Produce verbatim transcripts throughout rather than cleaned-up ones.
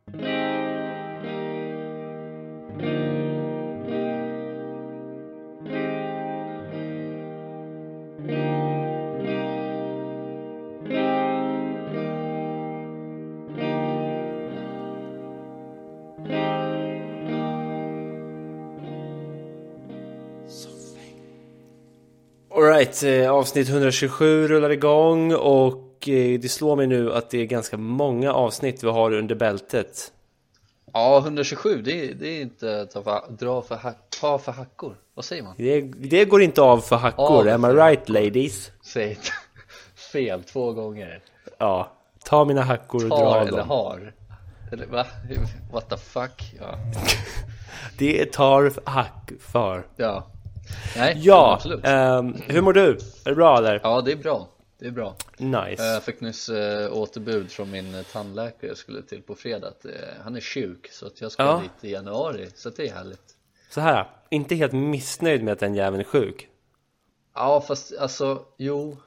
Alright, eh, avsnitt etthundratjugosju rullar igång och eh, det slår mig nu att det är ganska många avsnitt vi har under bältet. Ja, etthundratjugosju, det är, det är inte ta för, dra för, hack, ta för hackor. Vad säger man? Det, det går inte av för hackor, am I right ladies? Säg inte. Fel två gånger. Ja, ta mina hackor och Tar dra eller dem. har. Eller va? What the fuck? Ja. Det tar hack för. Ja. Nej, ja, absolut. Um, hur mår du? Är det bra eller? Ja, det är bra. Det är bra. Nice. Jag fick nyss äh, återbud från min tandläkare jag skulle till på fredag. Att, äh, han är sjuk så att jag ska ja. dit i januari. Så att det är härligt. Så här, inte helt missnöjd med att den jäveln är sjuk. Ja, fast alltså, jo.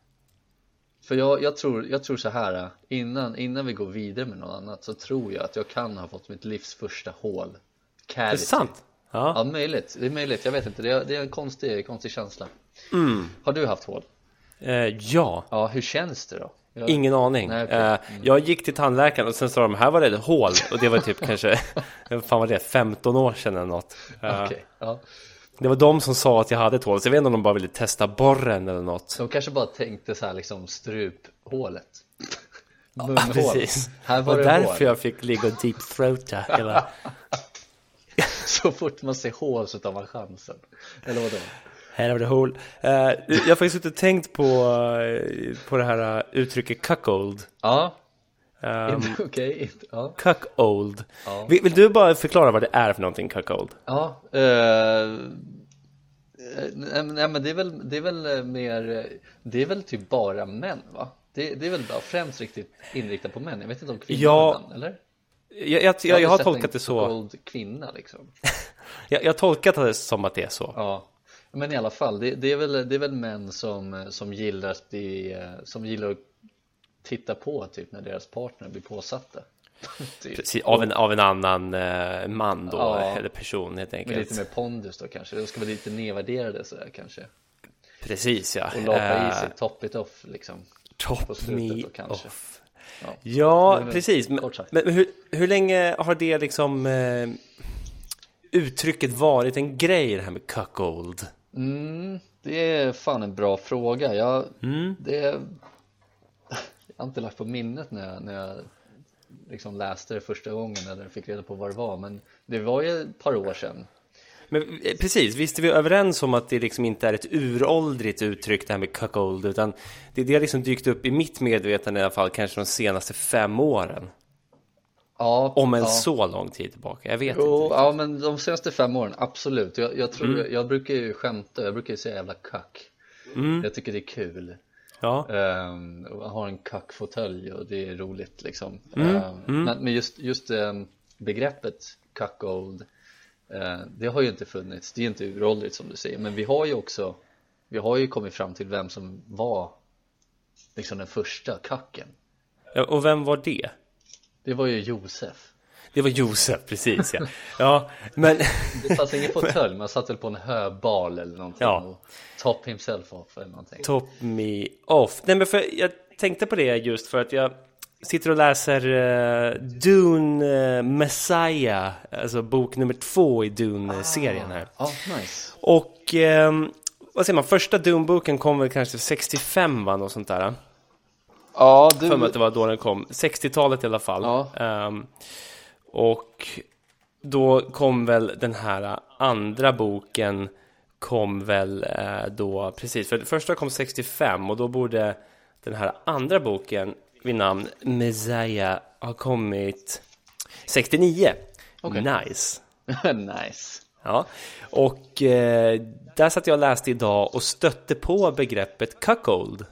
För jag, jag, tror, jag tror så här, innan, innan vi går vidare med något annat så tror jag att jag kan ha fått mitt livs första hål. Cavity. Det är sant? Ja, ja möjligt. Det är möjligt, jag vet inte. Det är, det är en konstig, konstig känsla. Mm. Har du haft hål? Eh, ja. Ja, hur känns det då? Jag... Ingen aning. Nej, okay. eh, mm. Jag gick till tandläkaren och sen sa de, här var det ett hål. Och det var typ kanske, fan var det, femton år sedan eller något. eh, okay. Ja. Det var de som sa att jag hade ett hål. Så jag vet inte om de bara ville testa borren eller något. De kanske bara tänkte så här liksom struphålet. Ja, precis. Här var och det därför hål. jag fick ligga och deep throata hela... Så fort man ser hål så tar man chansen. Eller vadå? Här var det hål. uh, Jag har faktiskt inte tänkt på, uh, på det här uh, uttrycket cuckold. Ja. um, Okej, okay. Ja. Cuckold. Ja. Vill, vill du bara förklara vad det är för någonting, cuckold? Ja. Uh, nej, men det är väl det är väl mer det är väl typ bara män, va? Det, det är väl bara främst riktigt inriktat på män. Jag vet inte om kvinnor ja. män, eller? Jag, jag, jag, jag, jag har tolkat det så. Old kvinna liksom. jag, jag har tolkat det som att det är så. Ja. Men i alla fall, det, det är väl det är väl män som som gillar att bli, som gillar att titta på typ när deras partner blir påsatta. Typ. Precis, av en av en annan eh, man då, ja. Eller person helt enkelt. Med lite mer pondus då kanske. De ska vara lite nedvärderade så där kanske. Precis, ja. Och lapa uh, i sig, top it off liksom. Top me kanske. off. Ja, ja men, precis. Men, men hur, hur länge har det liksom eh, uttrycket varit en grej, det här med cuckold? Mm, det är fan en bra fråga. Jag, mm. det, jag har inte lagt på minnet när jag, när jag liksom läste det första gången eller fick reda på vad det var. Men det var ju ett par år sedan. Men precis, visst är vi överens om att det liksom inte är ett uråldrigt uttryck det här med cuckold, utan det, det har liksom dykt upp i mitt medvetande i alla fall kanske de senaste fem åren. Ja, om en ja. så lång tid tillbaka, jag vet jo, inte. Ja, men de senaste fem åren, absolut. Jag, jag, tror, mm. jag, jag brukar ju skämta, jag brukar ju säga jävla kack. Mm. Jag tycker det är kul. Ja. Um, jag har en kackfåtölj och det är roligt liksom. Mm. Um, Mm. Men, men just, just um, begreppet cuckold, uh, det har ju inte funnits. Det är inte uråldrigt som du säger. Men vi har ju också, vi har ju kommit fram till vem som var liksom den första kacken. Ja, och vem var det? Det var ju Josef. Det var Josef, precis ja. Ja, men det fanns ingen fåtölj, man satt väl på en höbal eller någonting. Ja. Och top himself off eller någonting. Top me off. Nej, men för jag tänkte på det just för att jag sitter och läser uh, Dune uh, Messiah, alltså bok nummer två i Dune-serien här. Ah, oh, nice. Och um, vad säger man, första Dune-boken kom väl kanske sextiofem, va, och sånt där. Ja, du... För mig att det var då den kom, sextiotalet i alla fall. Ja. Um, och då kom väl den här andra boken kom väl uh, då, precis, för det första kom sextiofem och då borde den här andra boken vid namn Messiah ha kommit sextionio. Okay. Nice. Nice. Ja, och eh, där satt jag och läste idag och stötte på begreppet cuckold.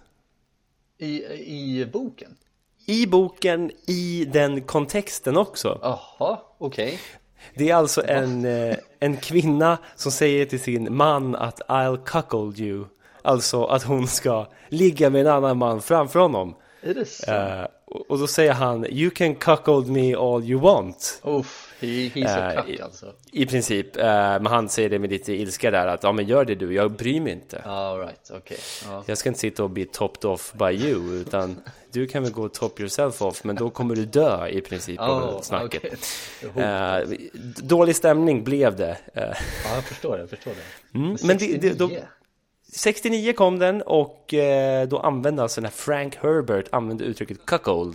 I, i boken? I boken, i den kontexten också. Jaha, okej. Okay. Det är alltså en, eh, en kvinna som säger till sin man att I'll cuckold you. Alltså att hon ska ligga med en annan man framför honom. Är det så? Uh, och då säger han: you can cuckold me all you want. Uff, he, he's a Eh, cuck alltså. I princip, eh, men han säger det med lite ilska där, att ja men gör det du, jag bryr mig inte. All right, okej. Ja. Jag ska inte sitta och bli topped off by you, utan du kan väl gå och top yourself off, men då kommer du dö i princip av Oh, snacket. okej. Eh, dålig stämning blev det. Eh, Ja, jag förstår det, jag förstår det. mm, men det, det, då, sextionio kom den, och eh, då använde alltså den här Frank Herbert använde uttrycket cuckold.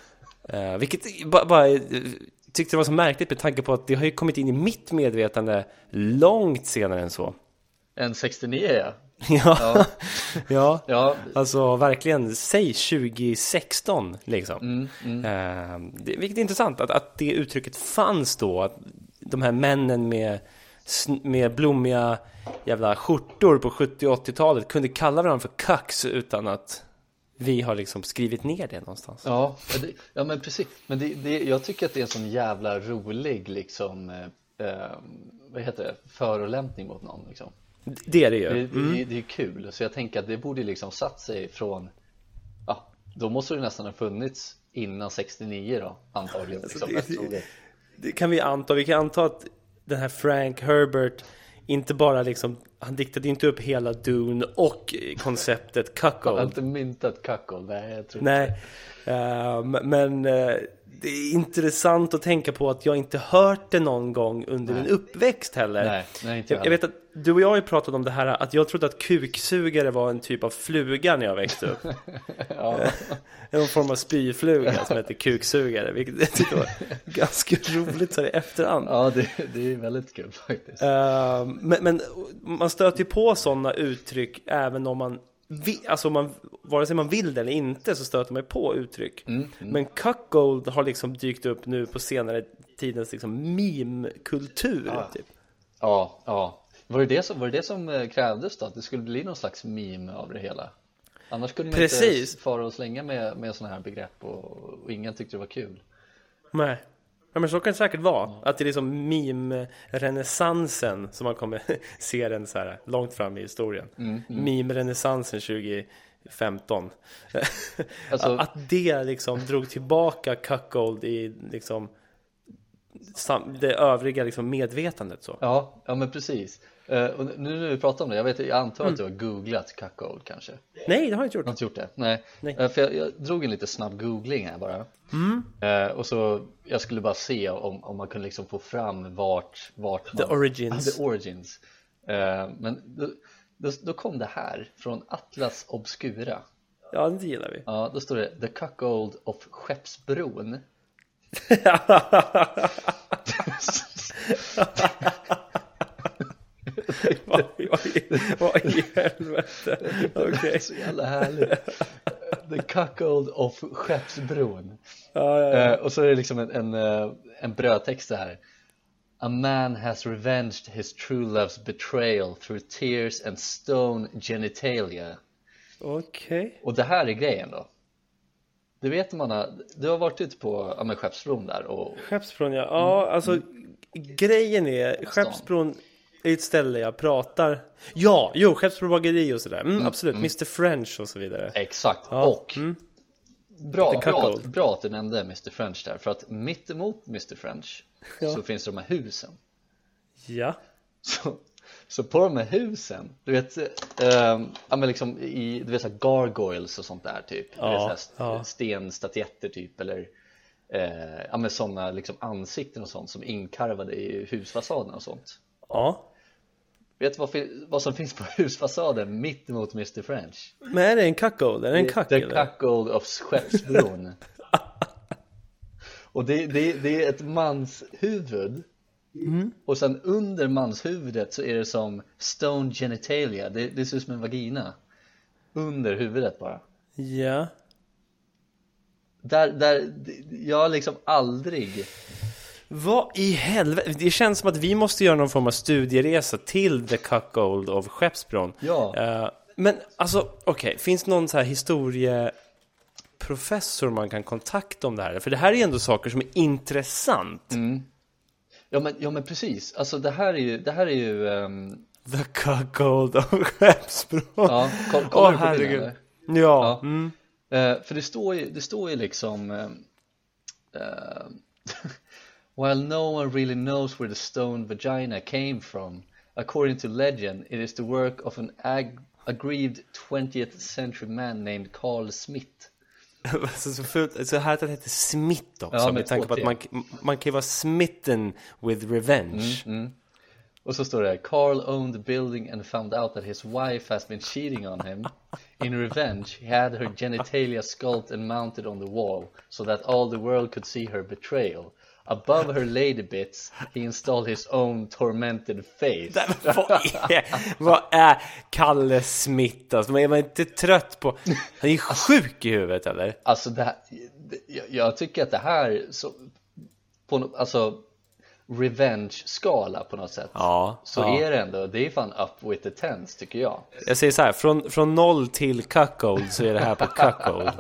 Eh, vilket bara, bara eh, tyckte det var så märkligt med tanke på att det har ju kommit in i mitt medvetande långt senare än så. En sextionio, ja. Ja, Ja. ja. Ja, Alltså verkligen, säg tjugo sexton liksom. mm, mm. Eh, det, vilket är intressant att, att det uttrycket fanns då, att de här männen med, sn- med blommiga jävla skjortor på sjuttio- och åttiotalet kunde kalla varandra för kax utan att vi har liksom skrivit ner det någonstans. Ja, men det, ja men precis. Men det, det, jag tycker att det är en sån jävla rolig liksom, eh, eh, vad heter det, förolämpning mot någon liksom. Det är det ju. Det, Mm. det, det är kul, så jag tänker att det borde liksom satt sig från, ja, då måste det nästan ha funnits innan sextionio då, antagligen liksom, det- eftersom det, Det kan vi anta. Vi kan anta att den här Frank Herbert inte bara liksom, han diktade inte upp hela Dune och konceptet jag har cuckold. inte myntat cuckold, nej jag tror Nej, uh, men uh, det är intressant att tänka på att jag inte hört det någon gång under Nej. min uppväxt heller. Nej, nej inte jag, jag vet att du och jag har ju pratat om det här, att jag trodde att kuksugare var en typ av fluga när jag växte upp. ja. En form av spyfluga som heter kuksugare, vilket jag tyckte var ganska roligt så här i efterhand. Ja, det, det är väldigt kul faktiskt. Uh, men, men man stöter ju på sådana uttryck även om man vi, alltså om man, vare sig man vill det eller inte, så stöter man på uttryck. Mm, mm. Men cuckold har liksom dykt upp nu på senare tidens liksom meme-kultur. Ja. Typ. Ja, ja. Var det det som, var det det som eh, krävdes då? Att det skulle bli någon slags meme av det hela? Annars kunde man Precis. inte fara och slänga med, med sådana här begrepp och, och ingen tyckte det var kul. Nej. Ja, men så kan det säkert vara. Att det är liksom meme-renässansen som man kommer se den så här långt fram i historien. Mm, mm. Meme-renässansen tjugo femton. Alltså- att det liksom drog tillbaka cuckold i liksom sam- det övriga liksom medvetandet så. Ja, ja men precis. Eh, och nu när vi pratar om det, jag, vet, jag antar att du har googlat cuckold kanske. Nej, det har jag inte gjort. Jag har inte gjort det, nej, Nej. Eh, för jag, jag drog en lite snabb googling här bara. Mm. Eh, och så, jag skulle bara se om, om man kunde liksom få fram vart, vart The man, origins. The origins. Eh, men då, då, då kom det här från Atlas Obscura. Ja, det gillar vi. Ja, då står det The Cuckold of Skeppsbron. vad, vad, i- vad i helvete. Det Okej. är så jävla härligt. The Cuckold of Skeppsbron. Ja, ja, ja. Eh, och så är det liksom en, en, eh, en brödtext så här. A man has revenged his true love's betrayal through tears and stone genitalia. Okej. Och det här är grejen då. Du vet man har, du har varit ute på ja, men Skeppsbron där och Skeppsbron, ja. Ja, alltså grejen är, Skeppsbron är ett ställe jag pratar. Ja, jo, Skeppsbron bageri och sådär. Mm, absolut, mister French och så vidare. exakt. Ja, Och mm. bra, The bra, Cuckold. bra att du nämnde mister French där. För att mitt emot mister French Ja. så finns det de här husen. Ja. Så, så på de här husen, du vet, eh, ja men liksom i, du vet så här gargoyles och sånt där typ, Ja, du vet, så här ja. stenstatyetter typ, eller eh, ja men sådana liksom ansikten och sånt som är inkarvade i husfasaden och sånt. Ja. Vet du vad, fi- vad som finns på husfasaden mitt emot mister French? Men är det en cuckold? Är det en kack The eller? Cuckold of Skeppsbron. Och det, det, det är ett manshuvud. Mm. Och sen under manshuvudet så är det som stone genitalia. Det, det ser ut som en vagina. Under huvudet bara. Ja. Där, där, jag har liksom aldrig. Vad i helvete? Det känns som att vi måste göra någon form av studieresa till The Cuckold of Skeppsbron. Ja. Eh, men alltså, okej, finns det någon så här historieprofessor man kan kontakta om det här? För det här är ändå saker som är intressant. Mm. Ja men, ja men precis. Alltså det här är ju, det här är ju um, The Cuckold of Skeppsbron. ja, koll, Åh, kollar du på herregud. bilden, eller? Ja, Ja. mm. Uh, för det står ju, det står ju liksom uh, uh, while no one really knows where the stone vagina came from, according to legend, it is the work of an ag- aggrieved twentieth century man named Carl Smith. så, så, fult, så här att det heter Smith också, ja, med tanke på att man, man kan ju vara smitten with revenge. Mm, mm. Och så står det: Carl owned the building and found out that his wife has been cheating on him. In revenge, he had her genitalia sculpted and mounted on the wall so that all the world could see her betrayal. Above her lady bits, he installed his own tormented face. vad, är, vad är Kalle Smith? Alltså, man är man inte trött på... Han är sjuk i huvudet, eller? Alltså, det här, jag, jag tycker att det här så, på no, alltså revenge-skala på något sätt. Ja, så ja. är det ändå, det är fan up with the tens, tycker jag. Jag säger så här, från, från noll till cuckold så är det här på cuckold.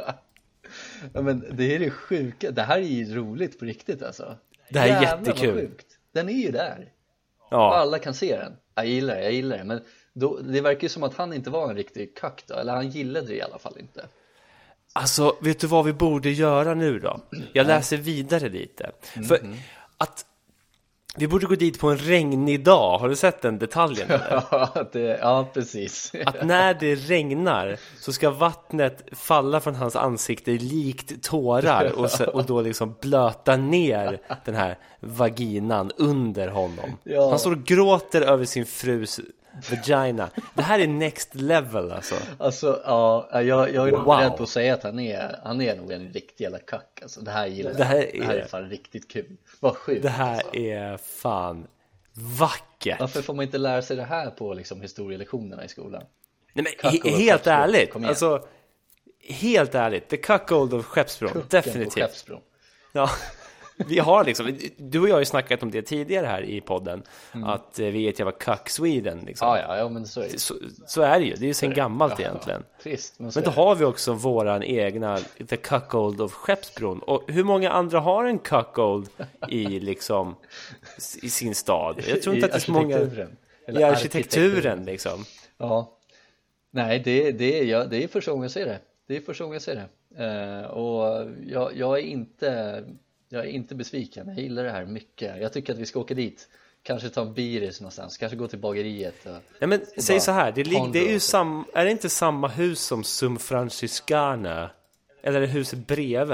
Ja, men det är det sjuka. Det här är ju roligt på riktigt, alltså. Det här är Jävlar, jättekul. vad sjukt. Den är ju där. Ja. Alla kan se den. Jag gillar det, jag gillar det. Men då, det verkar ju som att han inte var en riktig kack då. Eller han gillade det i alla fall inte. Alltså, vet du vad vi borde göra nu då? Jag läser vidare lite. Mm-hmm. För att vi borde gå dit på en regnig dag. Har du sett den detaljen? Eller? Ja, det, ja, precis. Att när det regnar så ska vattnet falla från hans ansikte likt tårar och, så, och då liksom blöta ner den här vaginan under honom. Ja. Han står och gråter över sin frus vagina. Det här är next level, alltså. Alltså, ja, jag, jag är nog wow. rädd på att säga att han är, han är nog en riktig jävla kack. Alltså, det här gillar det här är, det här är fan riktigt kul. Vad sjukt. Det här alltså. är fan vackert. Varför får man inte lära sig det här på liksom, historielektionerna i skolan? Nej, men he- helt ärligt. Alltså, helt ärligt. The Cuckold of Skeppsbron. Kucken definitivt. på Skeppsbron. Ja, vi har liksom, du och jag har ju snackat om det tidigare här i podden, mm. att vi är ett jävla cuck Sweden liksom. Ja, ja, ja, men så är det. Så, så är det ju, det är ju sen gammalt ja, egentligen. Ja, trist, men, men då har vi också våran egna The Cuckold of Skeppsbron. Och hur många andra har en cuckold i liksom i sin stad? Jag tror inte I att det är så många i arkitekturen liksom. Ja. Nej, det, det, är, ja, det är första gången jag ser det. Det är första gången jag ser det. Uh, och jag, jag är inte jag är inte besviken. Jag gillar det här mycket. Jag tycker att vi ska åka dit. Kanske ta en biris någonstans. Kanske gå till bageriet. Och, ja, men och säg så här. Det, lig- det är ju sam- är det inte samma hus som Sum Franciscana? Eller är det huset bredvid?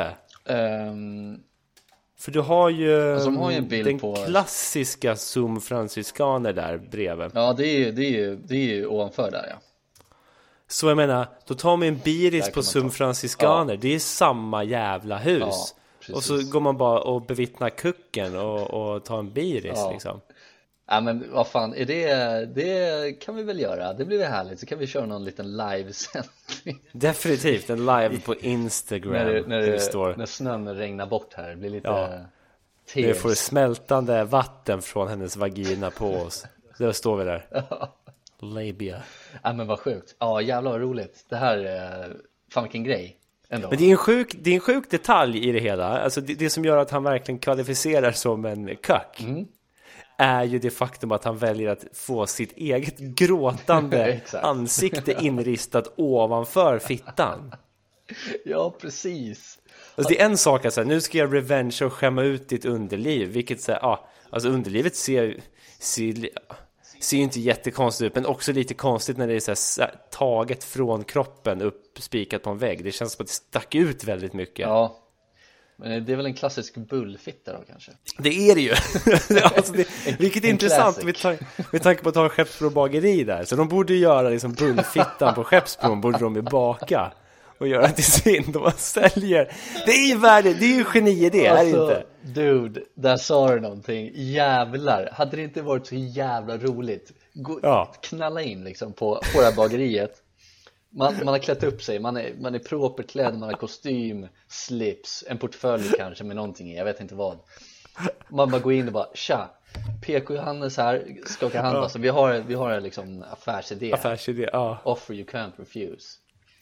Um, För du har ju, alltså de har ju en bild den på klassiska Sum Franciscaner där bredvid. Ja, det är ju, det är ju, det är ju ovanför där, ja. Så jag menar, då tar man en biris på Sum Franciscaner. Ja. Det är samma jävla hus. Ja, och så går man bara och bevittnar kucken och, och tar en biris, ja. Liksom. Ja, men vad fan, är det, det kan vi väl göra. Det blir väl härligt, så kan vi köra någon liten live-sändning. Definitivt, en live på Instagram. När, det, när, det, står. när snön regnar bort här, det blir lite ja. Det får smältande vatten från hennes vagina på oss. Då står vi där. Ja. Labia. Ja, men vad sjukt. Ja, jävlar vad roligt. Det här är fan vilken grej ändå. Men det är en sjuk, det är en sjuk detalj i det hela. Alltså det, det som gör att han verkligen kvalificerar som en kack mm. är ju det faktum att han väljer att få sitt eget gråtande ansikte inristat ovanför fittan. Ja, precis. Alltså det är en sak att säga, nu ska jag revenge och skämma ut ditt underliv. Vilket så här, ja, alltså underlivet ser... ser ser ju inte jättekonstigt ut, men också lite konstigt när det är så här taget från kroppen upp spikat på en vägg. Det känns som att det stack ut väldigt mycket. Ja, men det är väl en klassisk bullfitta då kanske? Det är det ju. Alltså det, vilket är intressant med, ta- med tanke på att ha Skeppsbron bageri där. Så de borde göra liksom bullfittan på Skeppsbron, borde de ju baka och göra till sin. De säljer. Det är ju värde, det är ju geniidé, alltså, är det inte? Dude, där sa du någonting. Jävlar, hade det inte varit så jävla roligt? Gå, ja. Knalla in liksom på, på det här bageriet. Man, man har klätt upp sig, man är, man är propert klädd, man har kostym, slips, en portfölj kanske med någonting i, jag vet inte vad. Man bara går in och bara, tja, P K Johannes här, skaka hand. Ja. Alltså, vi har, vi har en liksom affärsidé. Affärsidé, ja. Offer you can't refuse.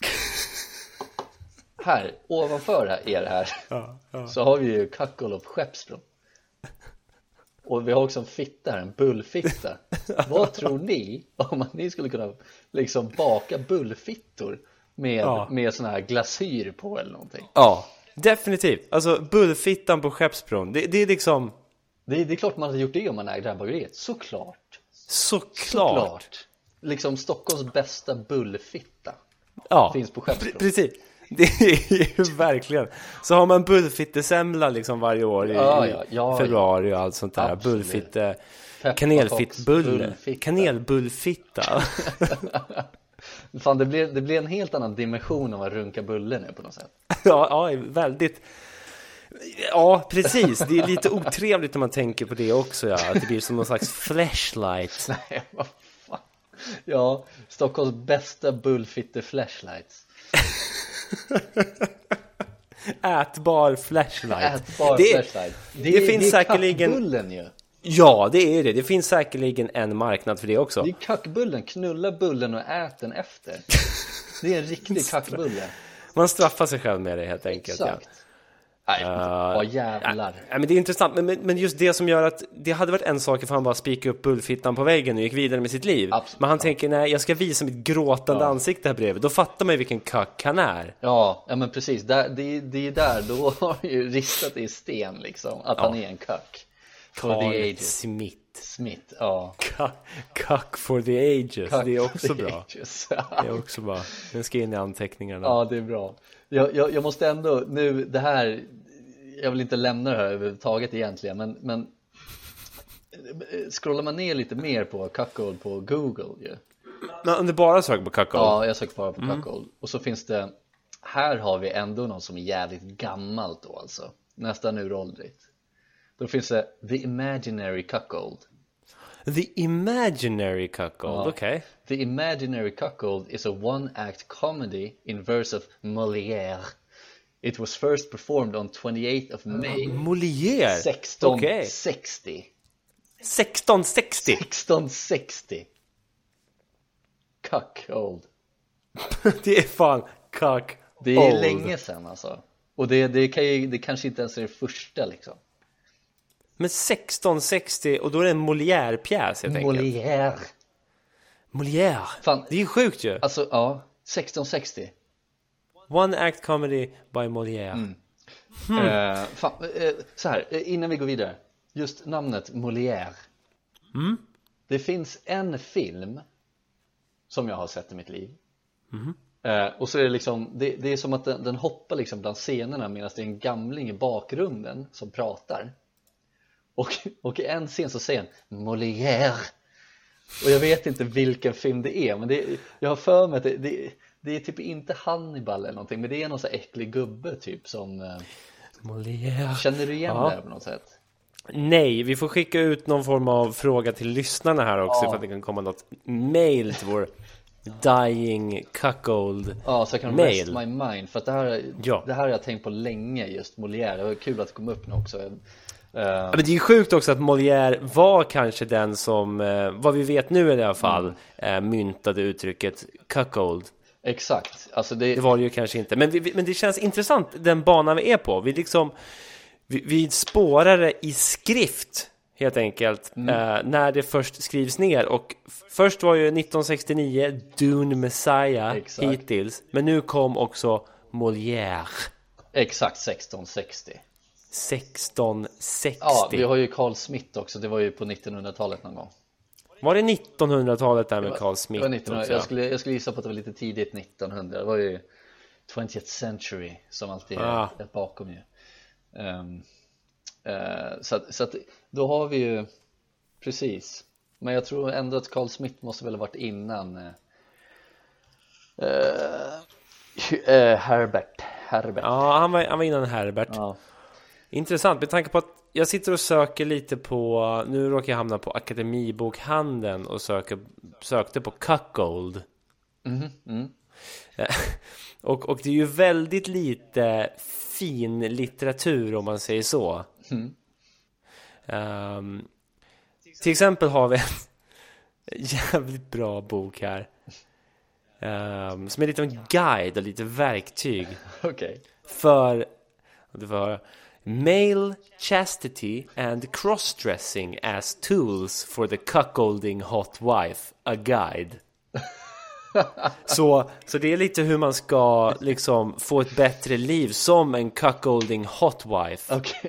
Här, ovanför er här ja, ja. så har vi ju Cuckold of Skeppsbron. Och vi har också en fitta här, en bullfitta. Vad tror ni om att ni skulle kunna liksom baka bullfittor med, Ja. med sån här glasyr på eller någonting. Ja, definitivt. Alltså bullfittan på Skeppsbron, det, det är liksom Det, det är klart man hade gjort det om man ägde det här bageriet. Såklart. såklart. Såklart. Liksom Stockholms bästa bullfitta Ja, finns på Skeppsbron. pre- precis. Det är ju verkligen. Så har man bullfittesemla liksom varje år i, Ja, i ja, ja, februari och allt sånt där. Absolut. Bullfitte, Pepparkaks kanelfittbulle, bullfitta. kanelbullfitta. Fan, det blir, det blir en helt annan dimension av att runka bulle nu på något sätt. Ja, ja, väldigt. Ja, precis. Det är lite otrevligt när man tänker på det också, ja. Att det blir som någon slags flashlight. Nej, vad fan. Ja, Stockholms bästa bullfitte flashlights. Ätbar flashlight. Ätbar det, flashlight. Det, det finns det är säkerligen. kackbullen ju. Ja, det är det. Det finns säkerligen en marknad för det också. Det är kackbullen, knulla bullen och ät den efter. Det är en riktig kackbulle. Man straffar sig själv med det helt enkelt. Exakt. Ja. Nej, Uh, vad jävlar. Ja, men det är intressant, men, men just det som gör att det hade varit en sak ifall han bara spikade upp bullfittan på väggen och gick vidare med sitt liv. Absolut. Men han tänker, nej, jag ska visa mitt gråtande Ja. ansikte här bredvid. Då fattar man ju vilken kack han är. Ja, ja men precis, där, det, det är där, då har vi ju ristat i sten liksom, att han är en kack. For the Carl ages. Smith. Smith, ja. Ka- Kack for the ages. Kack det är for också the bra. ages. Det är också bra. Den ska in i anteckningarna. Ja, det är bra. Jag, jag, jag måste ändå, nu, det här, jag vill inte lämna det här överhuvudtaget egentligen, men, men scrollar man ner lite mer på cuckold på Google ju. Men om du bara söker på cuckold. Ja, jag söker bara på cuckold. Och så finns det, här har vi ändå något som är jävligt gammalt då alltså. Nästan uråldrigt. Då finns det The Imaginary Cuckold. The Imaginary Cuckold, Ja. okej. The Imaginary Cuckold is a one-act comedy in verse of Molière. It was first performed on twenty-eighth of May Molière. sexton Okej. sextio. sexton sextio. sexton sextio. Cuckold. Det är fan cuck. Det är old. länge sedan alltså. Och det, det, kan ju, det kanske inte ens är det första liksom. Men sexton sextio, och då är det en Molière-pjäs helt enkelt. Molière. Molière. Fan. Det är ju sjukt ju. Alltså ja, sexton sextio. One act comedy by Molière. Mm. Eh, fan, eh, så här, eh, innan vi går vidare. Just namnet Molière. Mm. Det finns en film som jag har sett i mitt liv. Eh, och så är det liksom, det, det är som att den, den hoppar liksom bland scenerna medan det är en gamling i bakgrunden som pratar. Och, och i en scen så säger han Molière. Och jag vet inte vilken film det är, men det, jag har för mig att det, det, det är typ inte Hannibal eller någonting, men det är någon så här äcklig gubbe typ som eh, Molière. känner du igen Ja. det här på något sätt? Nej, vi får skicka ut någon form av fråga till lyssnarna här också, Ja. för att det kan komma något mail till vår dying cuckold Ja, så jag kan mail. rest my mind. För att det här, Ja. det här har jag tänkt på länge, just Molière. Det var kul att det kom upp nu också. uh, Ja, men det är ju sjukt också att Molière var kanske den som, eh, vad vi vet nu i alla fall, eh, myntade uttrycket cuckold. Exakt, alltså det, Det var det ju kanske inte, men, vi, men det känns intressant, den banan vi är på. Vi liksom, vi, vi spårar det i skrift helt enkelt, eh, när det först skrivs ner. Och f- först var ju nitton sextionio Dune Messiah Exakt. hittills, men nu kom också Molière exakt sexton sextio. sexton sextio. Ja, vi har ju Carl Smith också. Det var ju på nittonhundratalet någon gång. Var det nittonhundratalet där med Carl Smith Det var nittonhundra, också? jag, skulle, jag skulle gissa på att det var lite tidigt nittonhundra. Det var ju twentieth century som alltid är, Ah. är bakom ju. Um, uh, så att, så att då har vi ju precis. Men jag tror ändå att Carl Smith måste väl ha varit innan uh, uh, Herbert Herbert. Ja, han var, han var innan Herbert. Ja. Intressant, med tanke på att jag sitter och söker lite på, nu råkar jag hamna på Akademibokhandeln och söker, sökte på cuckold. Mhm, mm. och, och det är ju väldigt lite fin litteratur, om man säger så. Mm. Um, till exempel har vi en jävligt bra bok här, um, som är lite en guide och lite verktyg Okej. för, det var male chastity and crossdressing as tools for the cuckolding hot wife, a guide. så, så det är lite hur man ska liksom få ett bättre liv som en cuckolding hotwife. Okej.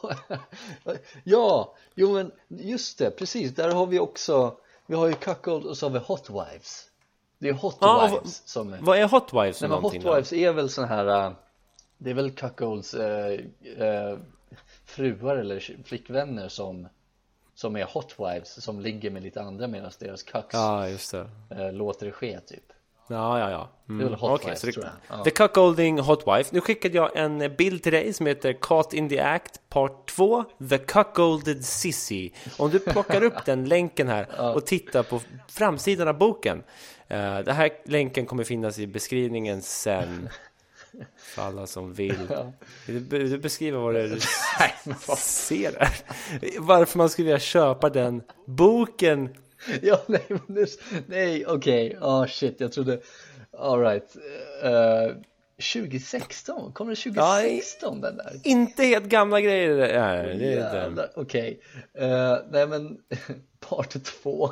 Ja, jo men just det, precis. Där har vi också, vi har ju cuckold och så har vi hotwives. Det är hotwives Ja, som är... Vad är hotwives? Nej, men hotwives är väl sån här, uh, det är väl cuckolds uh, uh, fruar eller flickvänner som som är hotwives, som ligger med lite andra medan deras cucks Ja, just det. uh, låter det ske typ. Ja, ja, ja. Mm. Det är väl hotwives, okay, så det, tror jag. Ja. The Cuckolding Hotwife. Nu skickade jag en bild till dig som heter Caught in the Act part två, The Cuckolded Sissy. Om du plockar upp den länken här och tittar på framsidan av boken. Uh, det här länken kommer finnas i beskrivningen sen. För alla som vill. Ja. Vill du, vill du beskriva vad det är du ser där? Varför man skulle vilja köpa den boken? Ja, nej, men det, nej, okej. Okay. Oh shit, jag trodde. All right. Uh, tjugo sexton, kommer det tjugo sexton ja, den där? Inte helt gamla grejer. Nej, det är inte. Okej. Okay. Uh, nej men part två.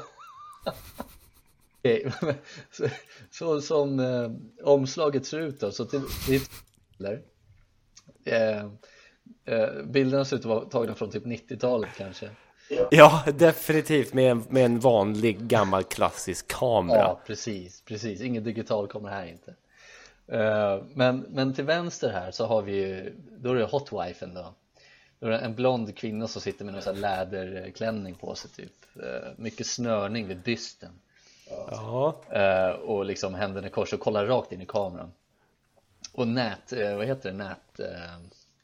Okej. Okay. så, så som uh, omslaget ser ut då, så till eller uh, uh, bilderna ser ut att vara tagna från typ nittiotalet kanske. Ja, definitivt med en, med en vanlig gammal klassisk kamera. Ja, precis, precis. Ingen digital kommer här inte. Uh, men, men till vänster här så har vi ju, då är det hotwifen då. Då är det en blond kvinna som sitter med någon sån här läderklänning på sig typ. Uh, mycket snörning vid bysten. Ja. Uh, och liksom händerna i kors och kollar rakt in i kameran. Och nät, uh, vad heter det? Nät... Uh,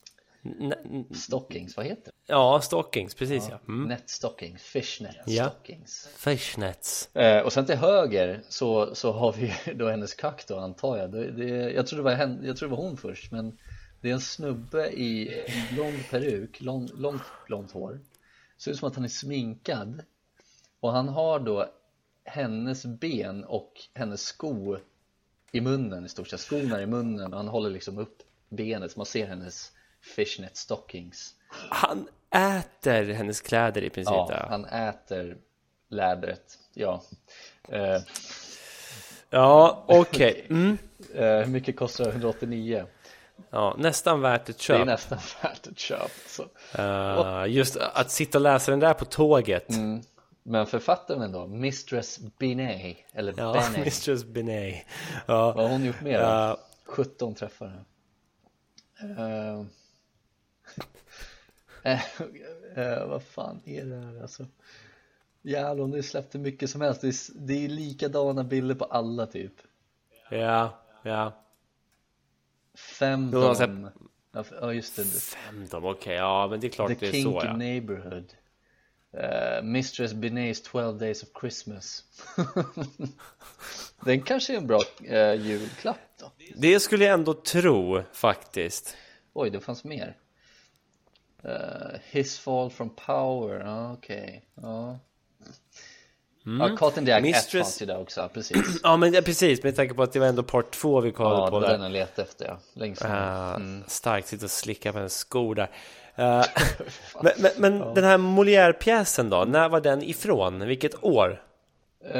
N- stockings, vad heter det? Ja, stockings, precis ja, ja. Mm. Net stockings, fishnet ja. stockings. Fishnets. Eh, och sen till höger så, så har vi då hennes kack då, antar jag. Det, det, jag, tror det var henne, jag tror det var hon först, men det är en snubbe i en blond peruk, lång, långt blont hår. Ser ut som att han är sminkad. Och han har då hennes ben och hennes sko i munnen i stort sett. Skorna i munnen och han håller liksom upp benet så man ser hennes fishnet stockings. Han äter hennes kläder i princip. Ja, där. han äter lädret. Ja. Uh, ja, okej. Okay. Mm. Uh, hur mycket kostar hundraåttionio? Ja, nästan värt ett köp. Det är nästan värt ett köp. Så. Uh, just att sitta och läsa den där på tåget. Mm. Men författaren då, Mistress Binet eller ja, Benet. Mistress Binet. Ja. Vad har hon gjort mer då? Uh, sjutton träffar. Uh, uh, uh, vad fan är det här alltså? Jävlar, det släppte mycket som helst. Det är, det är likadana bilder på alla typ. Ja, ja. Fem dom. Ja, just det. Fem dom, okej. Okay. Ja, men det är klart The det är så, ja. The Neighborhood. Uh, Mistress Benet's twelve Days of Christmas. Den kanske är en bra uh, julklapp då. Det skulle jag ändå tro, faktiskt. Oj, det fanns mer. uh, His Fall from Power. ah, Okej, okay. ja. Mm. Ja, Caught in the Act Mistress... ett fanns ju där också, precis. Ja, men precis, med tanke på att det var ändå part två vi kollade ja, på där. där. Ja, den jag letade efter, ja. Längst uh, mm. Starkt, sitta och slicka på en skor där. Uh, men men, men ja. Den här Molière-pjäsen då, när var den ifrån? Vilket år? Uh,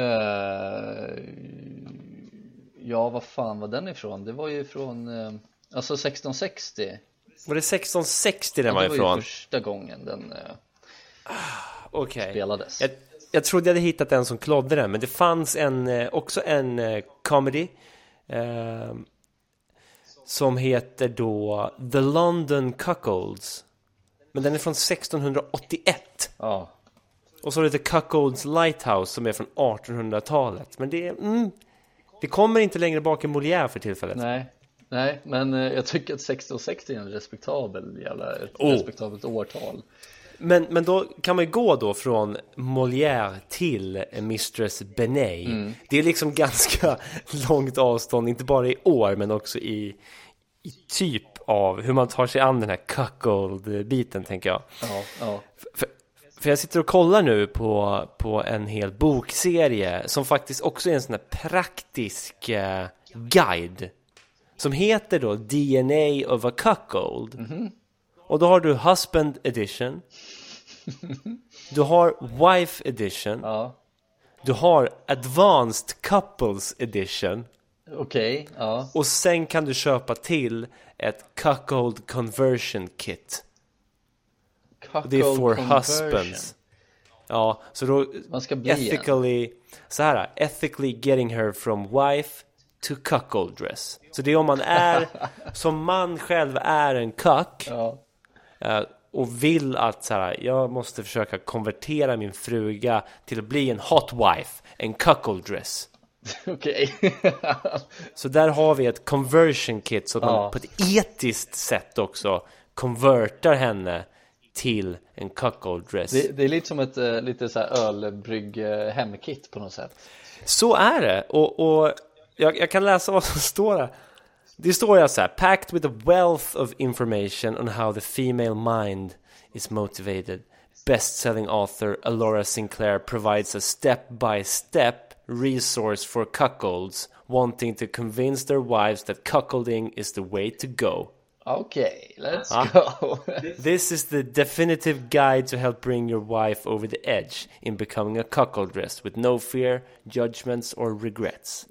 ja, vad fan var den ifrån? Det var ju från uh, alltså sexton sextio. Var det sexton sextio den ja, var ifrån? Det var ju första gången den uh, okay. spelades. Jag, jag trodde jag hade hittat en som klodde den, men det fanns en, också en uh, comedy uh, som heter då The London Cuckolds. Men den är från sexton åttioett. Ja. Och så är det The Cuckolds Lighthouse som är från artonhundratalet. Men det är, mm, det kommer inte längre bak i Molière för tillfället. Nej, nej, men eh, jag tycker att sexton sextio är en respektabel jävla, ett oh. respektabelt årtal. Men, men då kan man ju gå då från Molière till Mistress Benet. Mm. Det är liksom ganska långt avstånd, inte bara i år men också i, i typ av hur man tar sig an den här cuckold-biten, tänker jag. Ja, ja. För, för jag sitter och kollar nu på, på en hel bokserie som faktiskt också är en sån här praktisk eh, guide som heter då D N A of a Cuckold. Mm-hmm. Och då har du Husband Edition. Du har Wife Edition. Ja. Du har Advanced Couples Edition. Okej, okay, ja. Och sen kan du köpa till ett Cuckold Conversion Kit. Cuckold det är for conversion. husbands. Ja, så då man ska bli ethically, så här, ethically getting her from wife to cuckold dress. Så det är om man är, som man själv är en cuck, ja. och vill att så här, jag måste försöka konvertera min fruga till att bli en hot wife, en cuckold dress. Okej. Så där har vi ett conversion kit, så att ja. man på ett etiskt sätt också konvertar henne till en cuckold dress. Det, det är lite som ett uh, lite så här ölbrygg uh, hemkit på något sätt. Så är det. Och, och jag, jag kan läsa vad som står där. Det står ju så här: packed with a wealth of information on how the female mind is motivated. Best-selling author Alora Sinclair provides a step-by-step resource for cuckolds wanting to convince their wives that cuckolding is the way to go. Okay, let's ah. go. This is the definitive guide to help bring your wife over the edge in becoming a cuckoldress with no fear, judgments or regrets.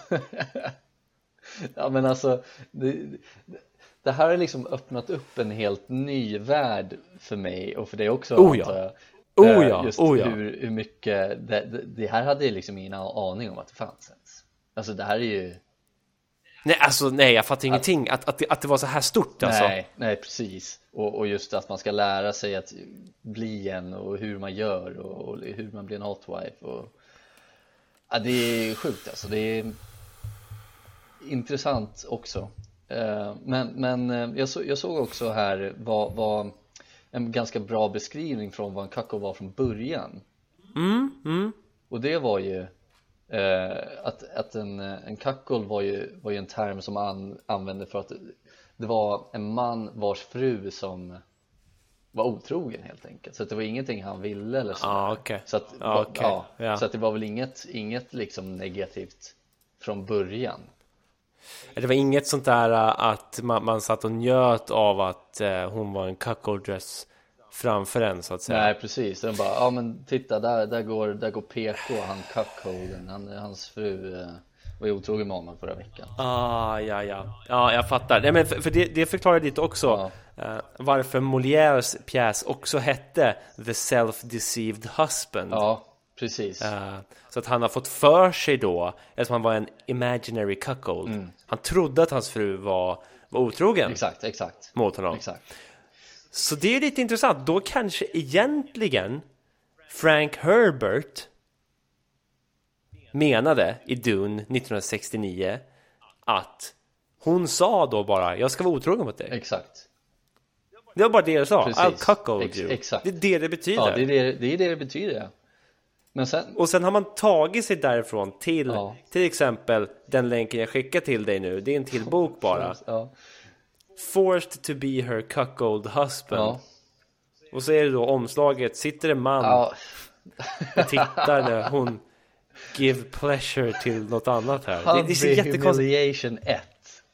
Ja, men alltså det, det här har liksom öppnat upp en helt ny värld för mig och för dig också. Oh ja, oh ja, just oh ja. Hur, hur mycket det, det, det här hade jag liksom ingen aning om att det fanns ens. Alltså det här är ju... Nej, alltså nej, jag fattar ingenting att, att, det, att det var så här stort alltså. Nej, nej precis. Och, och just att man ska lära sig att bli en och hur man gör och, och hur man blir en hot wife och... Ja, det är sjukt alltså. Det är intressant också. Men, men jag, så, jag såg också här vad, vad en ganska bra beskrivning från vad en cuckold var från början. Mm, mm. Och det var ju eh, att, att en, en cuckold var ju, var ju en term som man använde för att det var en man vars fru som var otrogen helt enkelt. Så att det var ingenting han ville eller så. Ah, okay. Så att, ah, okay. ja, yeah. Så att det var väl inget, inget liksom negativt från början. Det var inget sånt där att man, man satt och njöt av att eh, hon var en cuckoldress framför en så att säga. Nej precis, den bara, ja men titta där, där, går, där går P K, han cuckolden, han, hans fru eh, var ju otrogen med honom förra veckan. Ah, ja, ja, ja, jag fattar. Nej, men för, för det, det förklarar lite också ja. eh, varför Molières pjäs också hette The Self-Deceived Husband. Ja, precis. Uh, så att han har fått för sig då att han var en imaginary cuckold. Mm. Han trodde att hans fru var, var otrogen. Exakt, exakt. Mot honom. Exakt. Så det är lite intressant. Då kanske egentligen Frank Herbert menade i Dune nittonhundrasextionio att hon sa då bara, jag ska vara otrogen mot dig. Exakt. Det var bara det jag sa. Precis. I'll cuckold Ex- you. Exakt. Det är det det betyder. Ja, det är det det, är det, det betyder, ja. Men sen... Och sen har man tagit sig därifrån till ja. till exempel den länken jag skickar till dig nu. Det är en till bok bara. Ja. Forced to be her cuckold husband. Ja. Och så är det då omslaget. Sitter en man ja. och tittar när hon give pleasure till något annat här. Det, det ser jättekonstigt. Humiliation ett.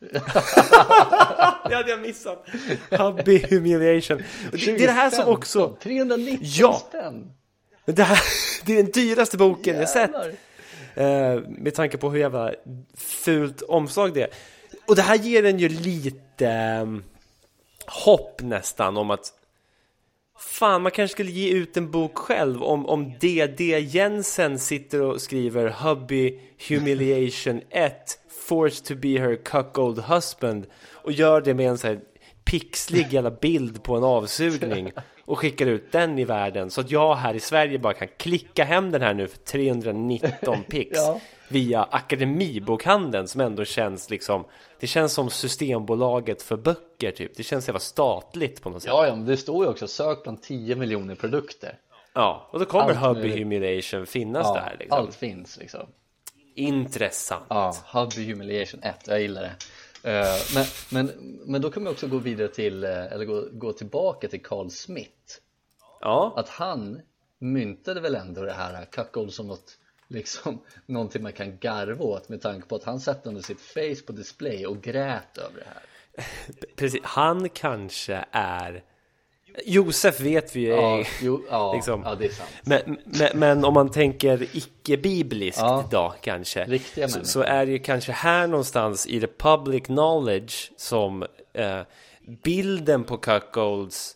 Det hade jag missat. Hubby Humiliation. Det, det är det här som också trehundranittio ja. spänn. Det här, det är den dyraste boken Jävlar. jag sett. Eh, med tanke på hur jävla fult omslag det är. Och det här ger den ju lite eh, hopp nästan om att fan, man kanske skulle ge ut en bok själv om, om D D Jensen sitter och skriver Hubby Humiliation ett Forced to be her cuckold husband och gör det med en så här pixlig jävla bild på en avsugning och skickar ut den i världen så att jag här i Sverige bara kan klicka hem den här nu för trehundranitton pix ja. via Akademibokhandeln som ändå känns liksom, det känns som Systembolaget för böcker typ, det känns jävla statligt på något sätt. Ja, ja, men det står ju också sök bland tio miljoner produkter. Ja, och då kommer allt Hubby med... Humiliation finnas ja, där liksom. Allt finns liksom. Intressant. Ja, Hubby Humiliation ett, jag gillar det. Uh, men, men, men då kan man också gå vidare till eller gå, gå tillbaka till Carl Smith. Ja. Att han myntade väl ändå det här cuckold som något, liksom, någonting man kan garva åt med tanke på att han satt under sitt face på display och grät över det här. Precis, han kanske är Josef vet vi ju Ja, är, jo, ja, liksom. ja, det är sant. Men, men, men om man tänker icke-bibliskt Ja. idag kanske, Riktiga så, människor. så är det ju kanske här någonstans i the public knowledge som eh, bilden på cuckolds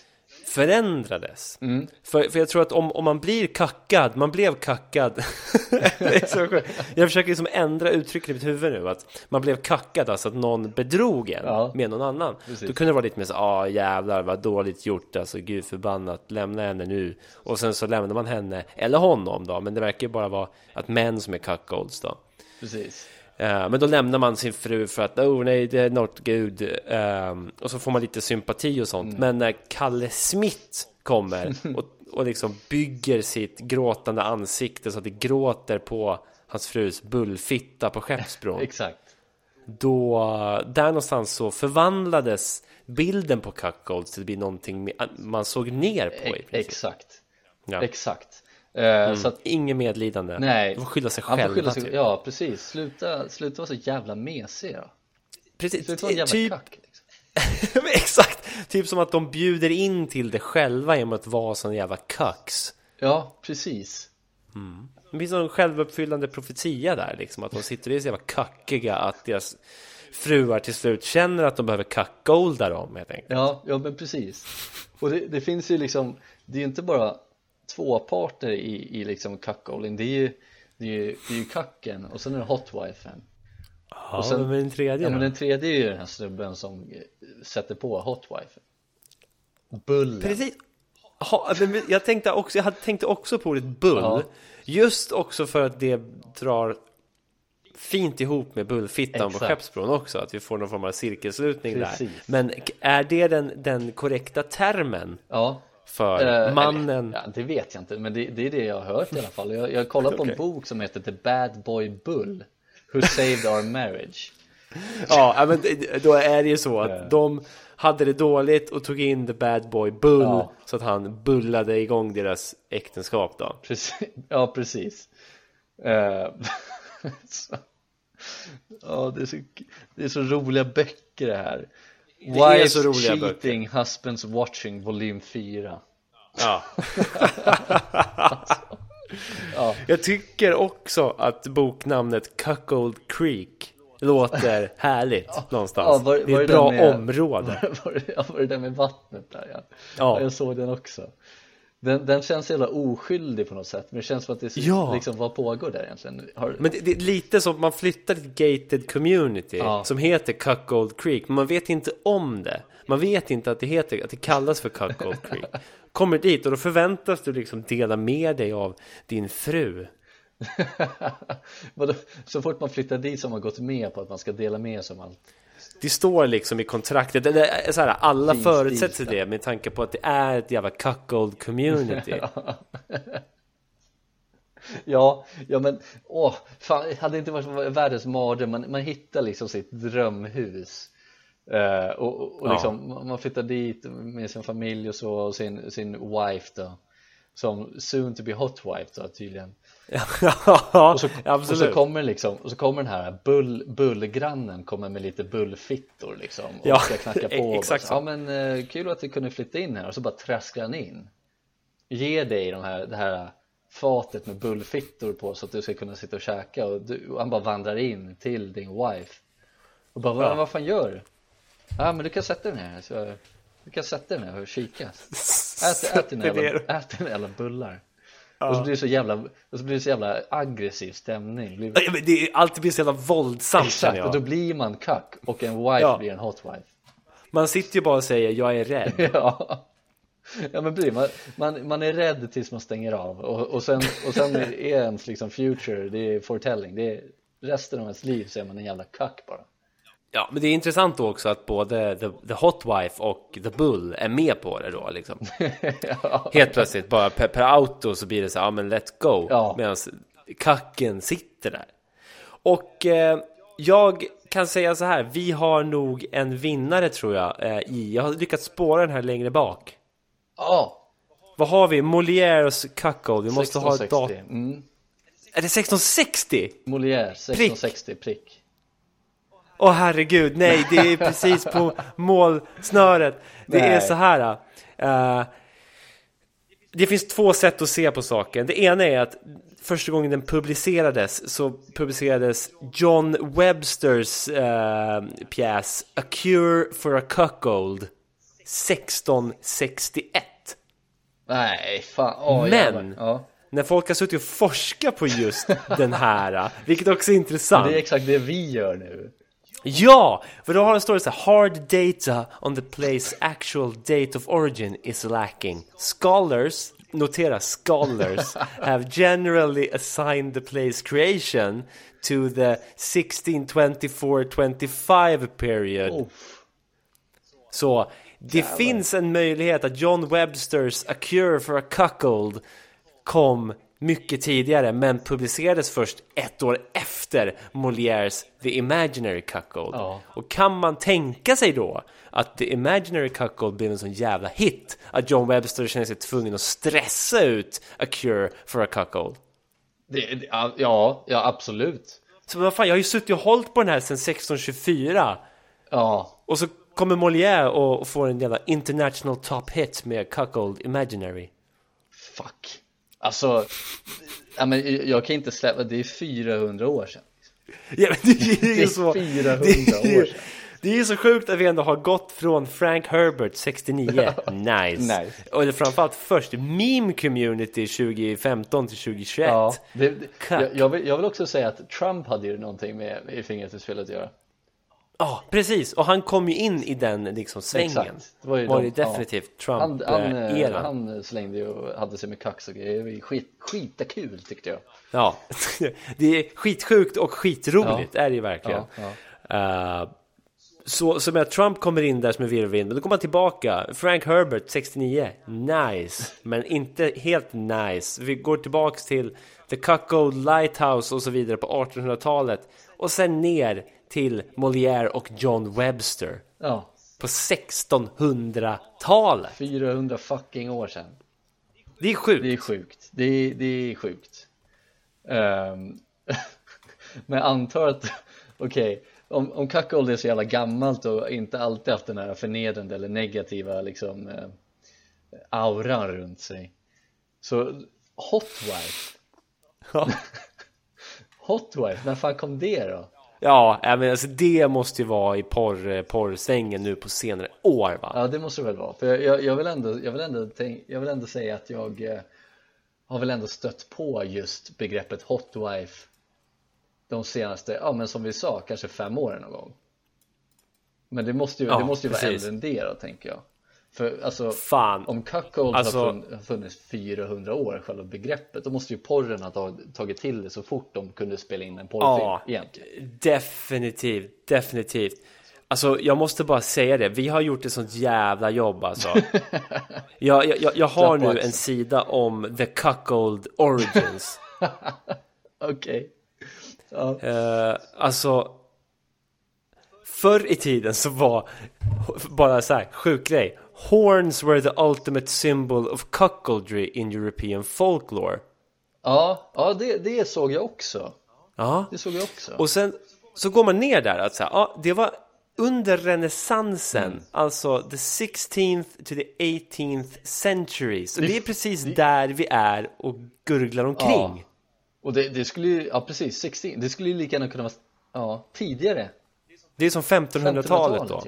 förändrades. Mm. För, för jag tror att om, om man blir kackad, man blev kackad. Det är så sjukt. Jag försöker liksom ändra uttrycket i mitt huvud nu, att man blev kackad, alltså att någon bedrog en Ja. med någon annan. Precis. Då kunde det vara lite mer så, ah jävlar vad dåligt gjort, alltså gud förbannat, lämna henne nu. Och sen så lämnar man henne, eller honom då, men det verkar ju bara vara att män som är cuckolds då. Precis. Uh, men då lämnar man sin fru för att oh nej, det är not good, um, och så får man lite sympati och sånt. Mm. Men när Kalle Smith kommer och, och liksom bygger sitt gråtande ansikte så att det gråter på hans frus bullfitta på Skeppsbron. Exakt. Då, där någonstans så förvandlades bilden på cuckolds till att bli någonting man såg ner på i princip. Exakt. Ja. Exakt. Mm. Så att, ingen medlidande. nej, de får skylla sig han får själva skylla sig, typ. ja precis, sluta, sluta vara så jävla mesig då. Precis, Sluta vara en jävla typ, kack liksom. exakt, typ som att de bjuder in till det själva genom att vara sån jävla kax. Ja, precis. Mm. Det finns en självuppfyllande profetia där liksom, att de sitter och är så jävla kackiga att deras fruar till slut känner att de behöver cuckolda dem, helt enkelt. Ja, ja men precis. Och det, det finns ju liksom, det är ju inte bara två parter i, i liksom cuckolding. Det är ju det är ju, det är ju kacken och sen är det hotwifen. Ja, och sen, men den tredje ja, då? men den tredje är ju den här snubben som sätter på hotwifen. Bullen. Precis. Ha, men jag tänkte också, jag hade tänkte också på ordet bull. Ja. Just också för att det drar fint ihop med bullfittan Exakt. på Skeppsbron också, att vi får någon form av cirkelslutning Precis. där. Men är det den, den korrekta termen Ja. för Eh, mannen? Eller, ja, det vet jag inte, men det, det är det jag har hört i alla fall. Jag, jag kollade på Okay. en bok som heter The Bad Boy Bull Who Saved Our Marriage. Ja, men då är det ju så att de hade det dåligt och tog in the bad boy Bull, Ja. så att han bullade igång deras äktenskap då. Precis. Ja, precis. Uh, så. Ja, det är, så, det är så roliga böcker det här. Det är så Wives roliga Cheating, böcker. Husbands Watching, volym fyra. Ja. Ja. Jag tycker också att boknamnet Cuckold Creek låter härligt någonstans. Ja, var- det är var ett det bra där med- område. Var det, ja, var det där med vattnet där, ja. Ja. Ja, jag såg den också. Den, den känns jävla oskyldig på något sätt. Men det känns som att det är så, Ja. liksom, vad pågår där egentligen? Har, Men det, det är lite som att man flyttar ett gated community Ja. som heter Cuckold Creek, men man vet inte om det. Man vet inte att det heter, att det kallas för Cuckold Creek. Kommer dit och då förväntas du liksom dela med dig av din fru. Vadå? Så fort man flyttar dit så har man gått med på att man ska dela med sig om allt. Det står liksom i kontraktet, det är så här, alla Fint förutsätter stil. det med tanke på att det är ett jävla cuckold community. Ja, ja men åh, fan, hade det inte varit världens mardröm. Man, man hittar liksom sitt drömhus. Uh, och och, och Ja. liksom, man flyttar dit med sin familj och så, och sin, sin wife då, som soon to be hot wife då tydligen. Ja, Och så, absolut. och så kommer liksom, och så kommer den här bull, bullgrannen kommer med lite bullfittor liksom, och Ja, ska knacka på och exakt bara, så. ja men eh, kul att du kunde flytta in här, och så bara traskar han in, ge dig de här, det här fatet med bullfittor på så att du ska kunna sitta och käka, och, du, och han bara vandrar in till din wife och bara, vad, Ja. vad fan gör du? Ja men du kan sätta den här, så, du kan sätta den här och kika, ät, ät, dina jävla, ät dina jävla bullar. Ja. Och så blir det så jävla, och så blir det så jävla aggressiv stämning. Blir... Ja, men det är alltid blir så jävla våldsamt, känner Exakt, jag. och då blir man kack och en wife Ja. blir en hot wife. Man sitter ju bara och säger jag är rädd. Ja, ja men blir man, man, man är rädd tills man stänger av, och, och, sen, och sen är ens liksom future, det är foretelling, det är resten av ens liv så är man en jävla kack bara. Ja, men det är intressant då också att både the, the hot wife och the bull är med på det då liksom. Ja. Helt plötsligt bara per, per auto så blir det så ja men let's go, Ja. medan kacken sitter där. Och eh, jag kan säga så här, vi har nog en vinnare tror jag eh, i, jag har lyckats spåra den här längre bak. Ja, Vad har vi? Molières cuckold. Vi måste ha ett datum. mm. Är det sexton sextio? Molière, sexton sextio prick. Åh herregud, nej, det är precis på målsnöret. Det Nej. är så här. Uh, det finns två sätt att se på saken. Det ena är att första gången den publicerades så publicerades John Websters uh, pjäs A Cure for a Cuckold sexton sextioett. Nej, fan. Oh, Men jävlar. Ja. när folk har suttit och forskat på just den här, vilket också är intressant. Men det är exakt det vi gör nu. Ja, för då har den stått så här: hard data on the play's actual date of origin is lacking. Scholars, notera scholars, have generally assigned the play's creation to the sixteen twenty-four twenty-five period. Oh. Så det Jävlar. finns en möjlighet att John Websters A Cure for a Cuckold kom mycket tidigare men publicerades först ett år efter Molières The Imaginary Cuckold. Ja. Och kan man tänka sig då att The Imaginary Cuckold blev en sån jävla hit att John Webster känner sig tvungen att stressa ut A Cure for a Cuckold? Det, det, ja, ja, absolut. Så vad fan, jag har ju suttit och hållit på den här sedan sexton tjugofyra. Ja. Och så kommer Molière och, och får en jävla international top hit med Cuckold Imaginary. Fuck. Alltså, ja, men jag kan inte släppa, det är fyrahundra år sedan. Ja, men det är ju det är så, fyrahundra det är, år sedan. Det är ju så sjukt att vi ändå har gått från Frank Herbert sextionio, nice. nice. Och det framförallt först meme community tjugofemton till tjugotjugoett. Ja, det, det, jag, jag, vill, jag vill också säga att Trump hade ju någonting med, med i fingret i spelet att göra. Ja, ah, precis. Och han kom ju in i den liksom svängen. Exakt. Det var ju var de, det definitivt ja. Trump-eran. Han, han slängde ju och hade sig med kax och grejer. Det var skit, skitakul tyckte jag. Ja, det är skitsjukt och skitroligt, ja. Är det ju verkligen. Ja, ja. Uh, så, så med Trump kommer in där som en virvelvind, men då kommer han tillbaka. Frank Herbert, sextionio, nice. Men inte helt nice. Vi går tillbaks till The Cuckold Lighthouse och så vidare på artonhundratalet. Och sen ner till Molière och John Webster. Ja. På sextonhundratalet. fyrahundra fucking år sedan. Det är sjukt. Det är sjukt. Det är, det är sjukt. Um, men jag antar att okej, okay, om, om Cuckold är så jävla gammalt och inte alltid haft den här förnedrande eller negativa liksom uh, auran runt sig. Så Hotwife. Ja. Hotwife, när fan kom det då? Ja, men alltså det måste ju vara i porr, porrsvängen nu på senare år, va? Ja, det måste det väl vara. För jag, jag, vill, ändå, jag, vill, ändå tänk, jag vill ändå säga att jag eh, har väl ändå stött på just begreppet hotwife de senaste, ja men som vi sa, kanske fem åren någon gång. Men det måste ju, ja, det måste ju vara äldre än det då, tänker jag. För alltså, fan. om cuckold alltså, har funnits fyrahundra år, själva begreppet, då måste ju porren ha tagit till det så fort de kunde spela in en porrfilm, ja, egentligen. Definitivt, definitivt. Alltså, jag måste bara säga det. Vi har gjort ett sånt jävla jobb, alltså. jag, jag, jag, jag har nu en sida om The Cuckold Origins. Okej. Okay. Ja. Uh, alltså, förr i tiden så var bara så här, sjuk grej. Horns were the ultimate symbol of cuckoldry in European folklore. Ja, ja det, det såg jag också. Ja. Det såg jag också. Och sen så går man ner där att så här, ja, det var under renässansen, mm. alltså the sixteenth to the eighteenth century. Så det, det är precis det, där vi är och gurglar omkring. Ja. Och det, det skulle ju, ja precis, sexton, det skulle ju lika gärna kunna vara, ja, tidigare. Det är som femtonhundratalet då. Ja.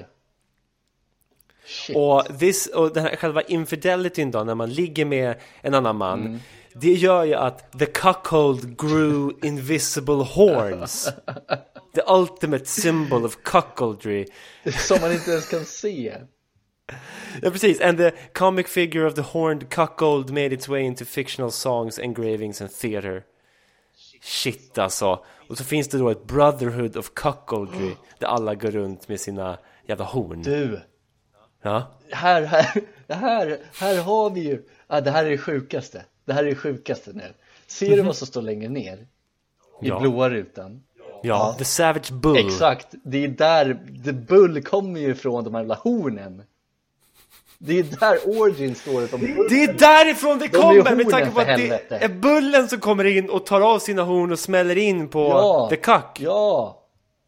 Och, this, och den här själva infidelityn då, när man ligger med en annan man, mm. det gör ju att the cuckold grew invisible horns. The ultimate symbol of cuckoldry. Som man inte ens kan se. Ja, precis. And the comic figure of the horned cuckold made its way into fictional songs, engravings and theater. Shit, alltså. Och så finns det då ett brotherhood of cuckoldry där alla går runt med sina jävla horn. Du. Ja. Här, här, här, här har vi ju, ah, det här är det sjukaste. Det här är det sjukaste nu. Ser du vad som står längre ner? I ja. blåa rutan. Ja, ja, The Savage Bull. Exakt, det är där The Bull kommer ju ifrån, de här jävla hornen. Det är där origin står om bullen. Det är därifrån det de kommer, med tanke på att det är bullen som kommer in och tar av sina horn och smäller in på ja. The Cuck. Ja.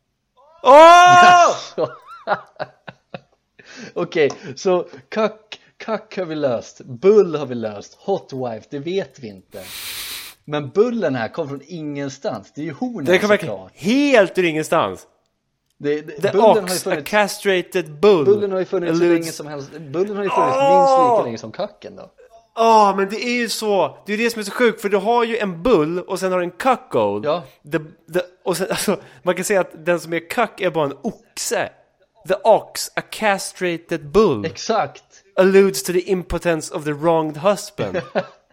Åh! Okej, okay, så cuck, Kack har vi löst, bull har vi löst, hot wife, det vet vi inte. Men bullen här kom från ingenstans. Det är ju hornet. Det kom verkligen helt ur ingenstans. Det, det, The bullen ox, har ju a castrated bull. Bullen har ju funnits Eludes... så länge som helst. Bullen har ju funnits oh! minst lika länge som kacken då. Ja, oh, men det är ju så. Det är det som är så sjukt. För du har ju en bull och sen har du en cuckold. Ja. The, the, och sen, alltså, man kan säga att den som är cuck är bara en oxe. The ox, a castrated bull. Exakt. Alludes to the impotence of the wronged husband.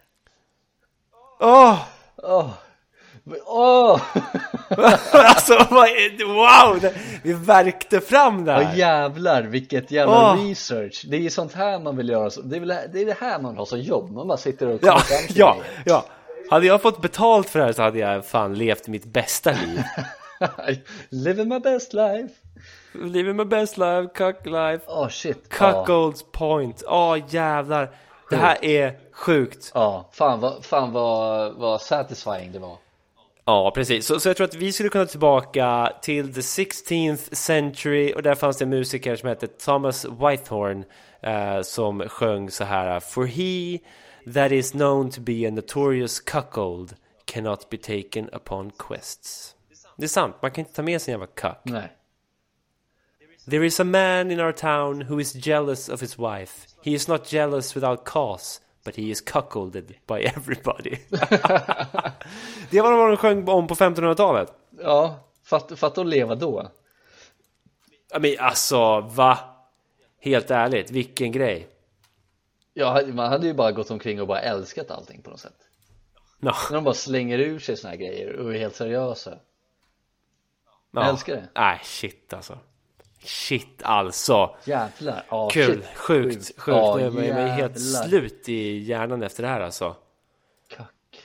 Åh! oh! Åh! Åh! Alltså, wow! Det, vi verkte fram där. Ja, jävlar, vilket jävla oh. research. Det är ju sånt här man vill göra. Det är, väl, det är det här man har som jobb. Man bara sitter och kommer ja, fram till ja, det. ja. Hade jag fått betalt för det här så hade jag fan levt mitt bästa liv. Living my best life. Living my best life, cuck life. Åh oh, shit. Cuckolds oh. point. Åh oh, jävlar. Det här är sjukt. Ja, oh, fan vad, fan vad, vad satisfying det var. Ja, precis. Så, så jag tror att vi skulle kunna tillbaka till the sixteenth century. Och där fanns det en musiker som hette Thomas Whitehorn eh, som sjöng så här: For he that is known to be a notorious cuckold cannot be taken upon quests. Det är sant, man kan inte ta med sin jävla cuck. Nej. There is a man in our town who is jealous of his wife. He is not jealous without cause, but he is cuckolded by everybody. Det var vad de sjöng om på femtonhundratalet. Ja, fatt, fatt att leva då. Men alltså, va? Helt ärligt, vilken grej. Ja, man hade ju bara gått omkring och bara älskat allting på något sätt. No. När de bara slänger ur sig såna här grejer och är helt seriösa. Jag no. älskar det. Nej, shit alltså. Shit alltså. Jävlar. Ja, kul, shit. sjukt, sjukt. Ja, jag är helt jävlar. slut i hjärnan efter det här alltså. Kack.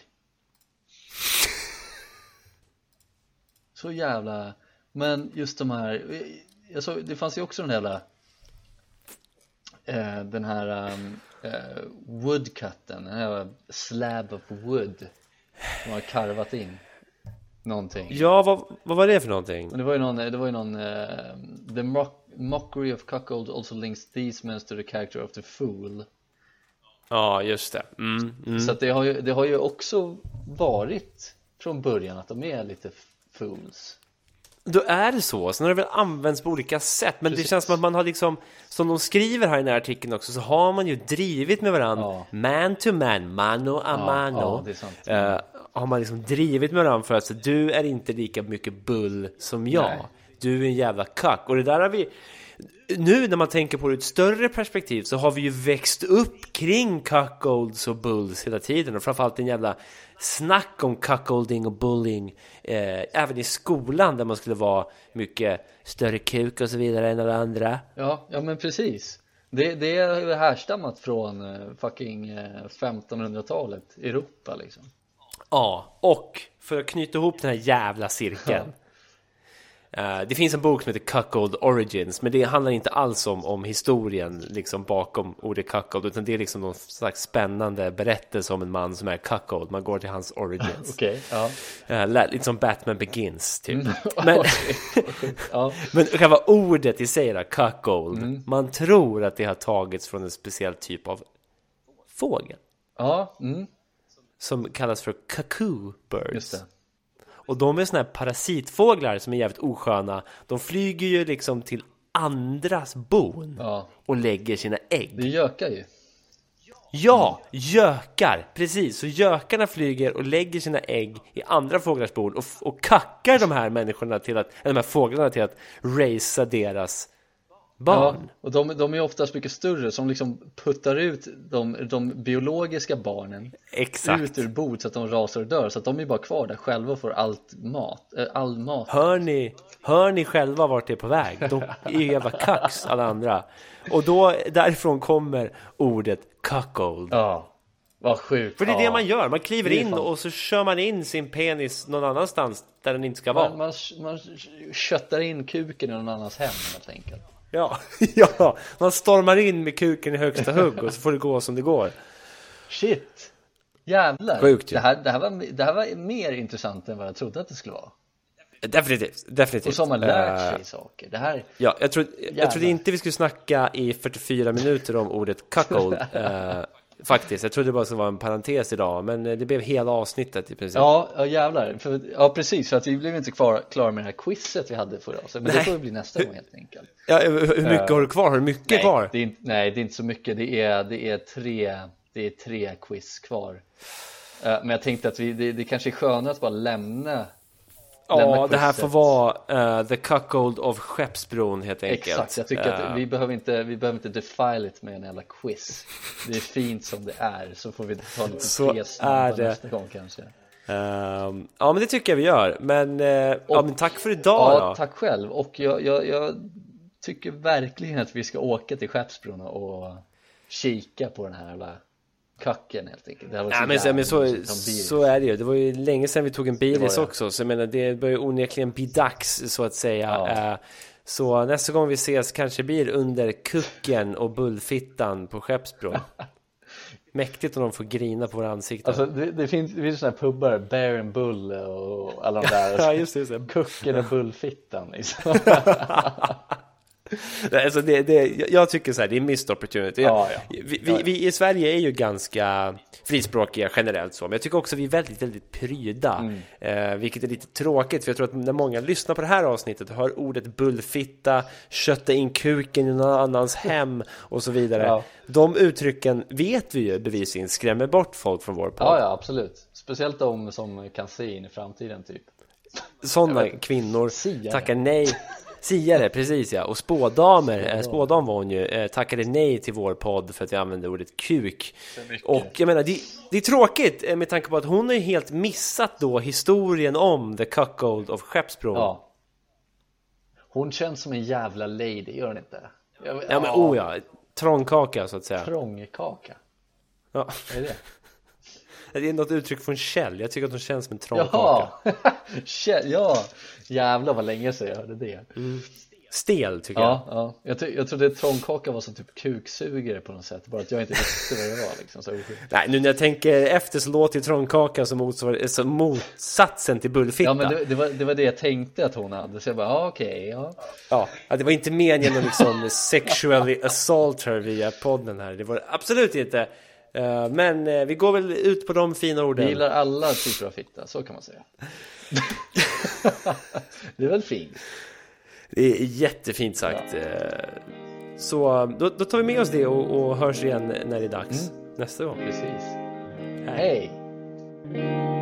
Så jävla. Men just de här, jag såg, det fanns ju också den jävla eh, den här um, eh, woodcutten, den här slab of wood som har karvat in någonting. Ja, vad, vad var det för någonting? Men det var ju någon, det var ju någon uh, the mock, mockery of cuckold also links these men to the character of the fool. Ja, just det. Mm, mm. Så att det har ju, det har ju också varit från början att de är lite fools. Då är det så. Sen har det väl använts på olika sätt. Men Precis. Det känns som att man har liksom, som de skriver här i den här artikeln också, så har man ju drivit med varandra. Ja. Man to man, mano a mano. Ja, ja, det är sant. Uh, har man liksom drivit med varandra för att så, du är inte lika mycket bull som jag. Nej. Du är en jävla kack. Och det där har vi... Nu när man tänker på det ur ett större perspektiv så har vi ju växt upp kring cuckolds och bulls hela tiden. Och framförallt en jävla snack om cuckolding och bullying eh, även i skolan där man skulle vara mycket större kuk och så vidare än alla andra. Ja, ja men precis. Det, det är härstammat från uh, fucking uh, femtonhundratalet Europa liksom. Ja, och för att knyta ihop den här jävla cirkeln. Ja. Uh, det finns en bok som heter Cuckold Origins, men det handlar inte alls om, om historien liksom bakom ordet cuckold, utan det är liksom någon slags spännande berättelse om en man som är cuckold. Man går till hans origins. Okej, okay, ja. Uh, lite som Batman Begins typ. Mm. Men, okay, okay, ja. men själva ordet i sig då, cuckold, mm. man tror att det har tagits från en speciell typ av fågel. Ja, mm. Som kallas för cuckoo birds. Just det. Och de är såna här parasitfåglar som är jävligt osköna. De flyger ju liksom till andras bon, ja, och lägger sina ägg. Det gökar ju. Ja, gökar. Precis, så gökarna flyger och lägger sina ägg i andra fåglars bon och, och kackar de här människorna till att, eller de här fåglarna till att racea deras barn. Ja, och de, de är oftast mycket större, som liksom puttar ut de, de biologiska barnen. Exakt. Ut ur bod så att de rasar och dör. Så att de är bara kvar där själva och får allt mat, äh, all mat. Hör ni, hör ni själva vart det är på väg? De är ju jävla kax alla andra. Och då, därifrån kommer ordet cuckold. Ja, vad sjukt. För det är ja. det man gör, man kliver in och så kör man in sin penis någon annanstans där den inte ska man, vara. Man, man köttar in kuken i någon annans hem helt enkelt. Ja, ja, man stormar in med kuken i högsta hugg och så får det gå som det går. Shit, jävlar. Sjukt, ja. det, här, det, här var, det här var mer intressant än vad jag trodde att det skulle vara. Definitivt, definitivt. Och som har lärt sig uh, saker. Det här... Ja, jag, trodde, jag trodde inte vi skulle snacka i fyrtiofyra minuter om ordet cuckold. uh, faktiskt, jag trodde det bara skulle vara en parentes idag. Men det blev hela avsnittet i princip. Ja, ja jävlar. För, ja, precis. För att vi blev inte kvar, klara med det här quizet vi hade förra. Men nej. Det får vi bli nästa gång helt enkelt. Ja, hur mycket uh, har du kvar? Har du mycket nej, kvar? Det är inte, nej, det är inte så mycket. Det är, det är, tre, det är tre quiz kvar. Uh, men jag tänkte att vi, det, det kanske är skönare att bara lämna. Ja, det här får vara uh, The Cuckold of Skeppsbron helt enkelt. Exakt, jag tycker uh. att vi behöver inte Vi behöver inte defile it med en jävla quiz. Det är fint som det är. Så får vi ta lite tre snabba nästa gång kanske. um, Ja, men det tycker jag vi gör. Men, uh, och, ja, men tack för idag ja, då. Tack själv. Och jag, jag, jag tycker verkligen att vi ska åka till Skeppsbron och kika på den här jävla kacken helt enkelt. Det var så, ja, men, men så, så är det ju. Det var ju länge sedan vi tog en bilis också. Så jag menar, det börjar onekligen bli dags så att säga. Ja. Så nästa gång vi ses kanske blir under kucken och bullfittan på Skeppsbron. Mäktigt om de får grina på våra ansikten. Alltså det, det finns, det finns sådana här pubbar, Bear and Bull och alla de där. Ja, just det, just det. Kucken och bullfittan liksom. Alltså det, det, jag tycker så här, det är missed opportunity. Ja, ja. Vi, vi, vi i Sverige är ju ganska frispråkiga generellt så, men jag tycker också att vi är väldigt, väldigt pryda. Mm. eh, Vilket är lite tråkigt, för jag tror att när många lyssnar på det här avsnittet och hör ordet bullfitta, kötta in kuken i någon annans hem och så vidare, ja. De uttrycken vet vi ju bevisligen skrämmer bort folk från vår podd. Ja, ja, absolut. Speciellt de som kan se in i framtiden typ. Sådana kvinnor Siare. tackar nej. Siare, precis ja. Och spådamer, spådam var hon ju, eh, tackade nej till vår podd för att vi använde ordet kuk. Och jag menar, det, det är tråkigt med tanke på att hon har ju helt missat då historien om The Cuckold of Skeppsbron. Ja. Hon känns som en jävla lady, gör hon inte? Jag, ja, men oh ja, trångkaka så att säga. Trångkaka? Ja. Vad är det? Det är något uttryck från Kjell. Jag tycker att hon känns som en trångkaka. Ja, ja. Jävlar vad länge sedan jag hörde det. Mm. Stel tycker ja, jag. Ja, jag, ty- jag trodde att trångkaka var som typ kuksugare på något sätt. Bara att jag inte visste vad det var liksom. Så nej, nu när jag tänker efter så låter ju trångkaka som, motsvar- som motsatsen till bullfitta. Ja, men det, det, var, det var det jag tänkte att hon hade. Så jag bara, ja okej, okay, ja. ja. Ja, det var inte meningen att liksom sexually assault her via podden här. Det var absolut inte. Uh, men uh, vi går väl ut på de fina orden. Vi gillar alla typer av fitta, så kan man säga. Det är väl fint. Det är jättefint sagt. Ja. Så då, då tar vi med oss det och, och hörs igen när det är dags. Mm. Nästa gång. Precis. Hej. Hej.